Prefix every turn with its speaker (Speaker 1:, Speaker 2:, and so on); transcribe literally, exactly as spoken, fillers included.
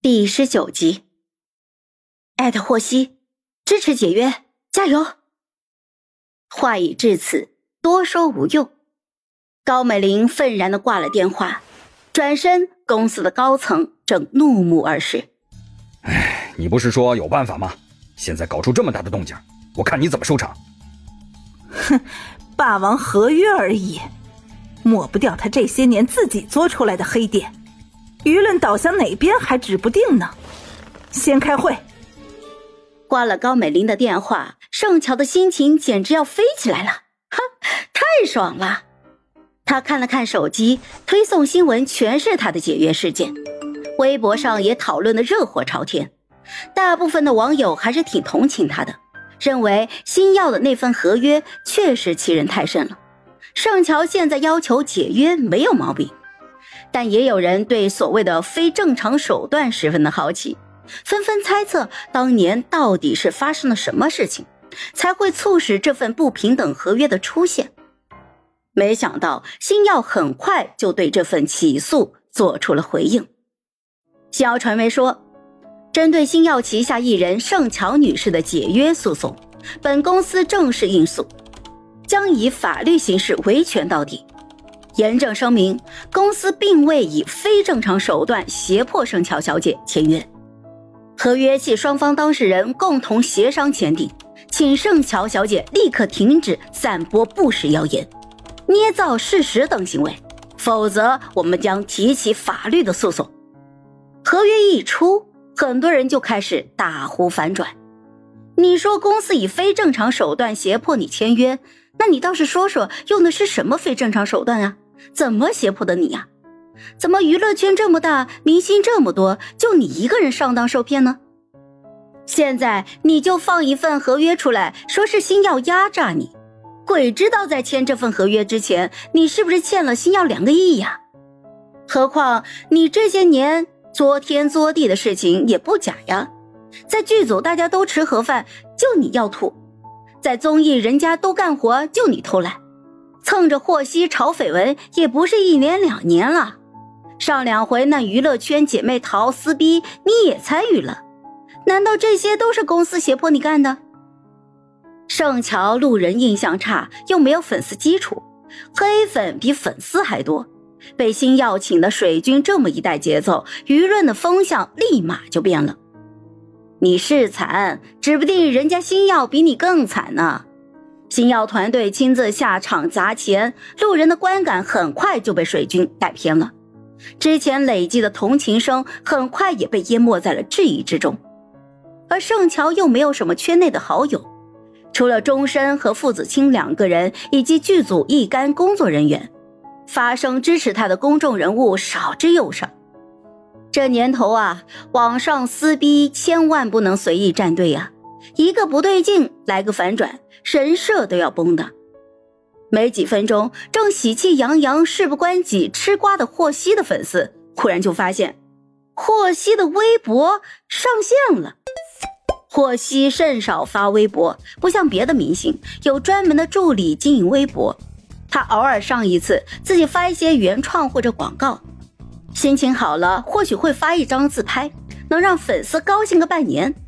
Speaker 1: 第十九集。艾特霍希，支持解约，加油！话已至此，多说无用。高美玲愤然地挂了电话，转身，公司的高层正怒目而视。
Speaker 2: 哎，你不是说有办法吗？现在搞出这么大的动静，我看你怎么收场。
Speaker 3: 哼，霸王合约而已，抹不掉他这些年自己做出来的黑点，舆论导向哪边还指不定呢。先开会。
Speaker 1: 挂了高美玲的电话，盛乔的心情简直要飞起来了，哈，太爽了。他看了看手机，推送新闻全是他的解约事件，微博上也讨论得热火朝天。大部分的网友还是挺同情他的，认为新药的那份合约确实欺人太甚了，盛乔现在要求解约没有毛病。但也有人对所谓的非正常手段十分的好奇，纷纷猜测当年到底是发生了什么事情，才会促使这份不平等合约的出现。没想到新药很快就对这份起诉做出了回应。新药传媒说，针对新药旗下艺人盛乔女士的解约诉讼，本公司正式应诉，将以法律形式维权到底。严正声明，公司并未以非正常手段胁迫盛乔小姐签约，合约系双方当事人共同协商签订，请盛乔小姐立刻停止散播不实谣言、捏造事实等行为，否则我们将提起法律的诉讼。合约一出，很多人就开始大呼反转。你说公司以非正常手段胁迫你签约，那你倒是说说用的是什么非正常手段啊？怎么胁迫的你呀？怎么娱乐圈这么大，明星这么多，就你一个人上当受骗呢？现在你就放一份合约出来，说是新药压榨你，鬼知道在签这份合约之前，你是不是欠了新药两个亿呀？何况你这些年作天作地的事情也不假呀，在剧组大家都吃盒饭，就你要吐；在综艺人家都干活，就你偷懒。蹭着霍希炒绯闻也不是一年两年了，上两回那娱乐圈姐妹淘撕逼你也参与了，难道这些都是公司胁迫你干的？盛乔路人印象差，又没有粉丝基础，黑粉比粉丝还多，被新药请的水军这么一带节奏，舆论的风向立马就变了。你是惨，指不定人家新药比你更惨呢。新药团队亲自下场砸钱，路人的观感很快就被水军带偏了，之前累积的同情声很快也被淹没在了质疑之中。而盛乔又没有什么圈内的好友，除了钟深和傅子清两个人以及剧组一干工作人员，发声支持他的公众人物少之又少。这年头啊，网上撕逼千万不能随意站队啊，一个不对劲来个反转，人设都要崩的。没几分钟，正喜气洋洋事不关己吃瓜的霍希的粉丝忽然就发现霍希的微博上线了。霍希甚少发微博，不像别的明星有专门的助理经营微博，他偶尔上一次，自己发一些原创或者广告，心情好了或许会发一张自拍，能让粉丝高兴个半年。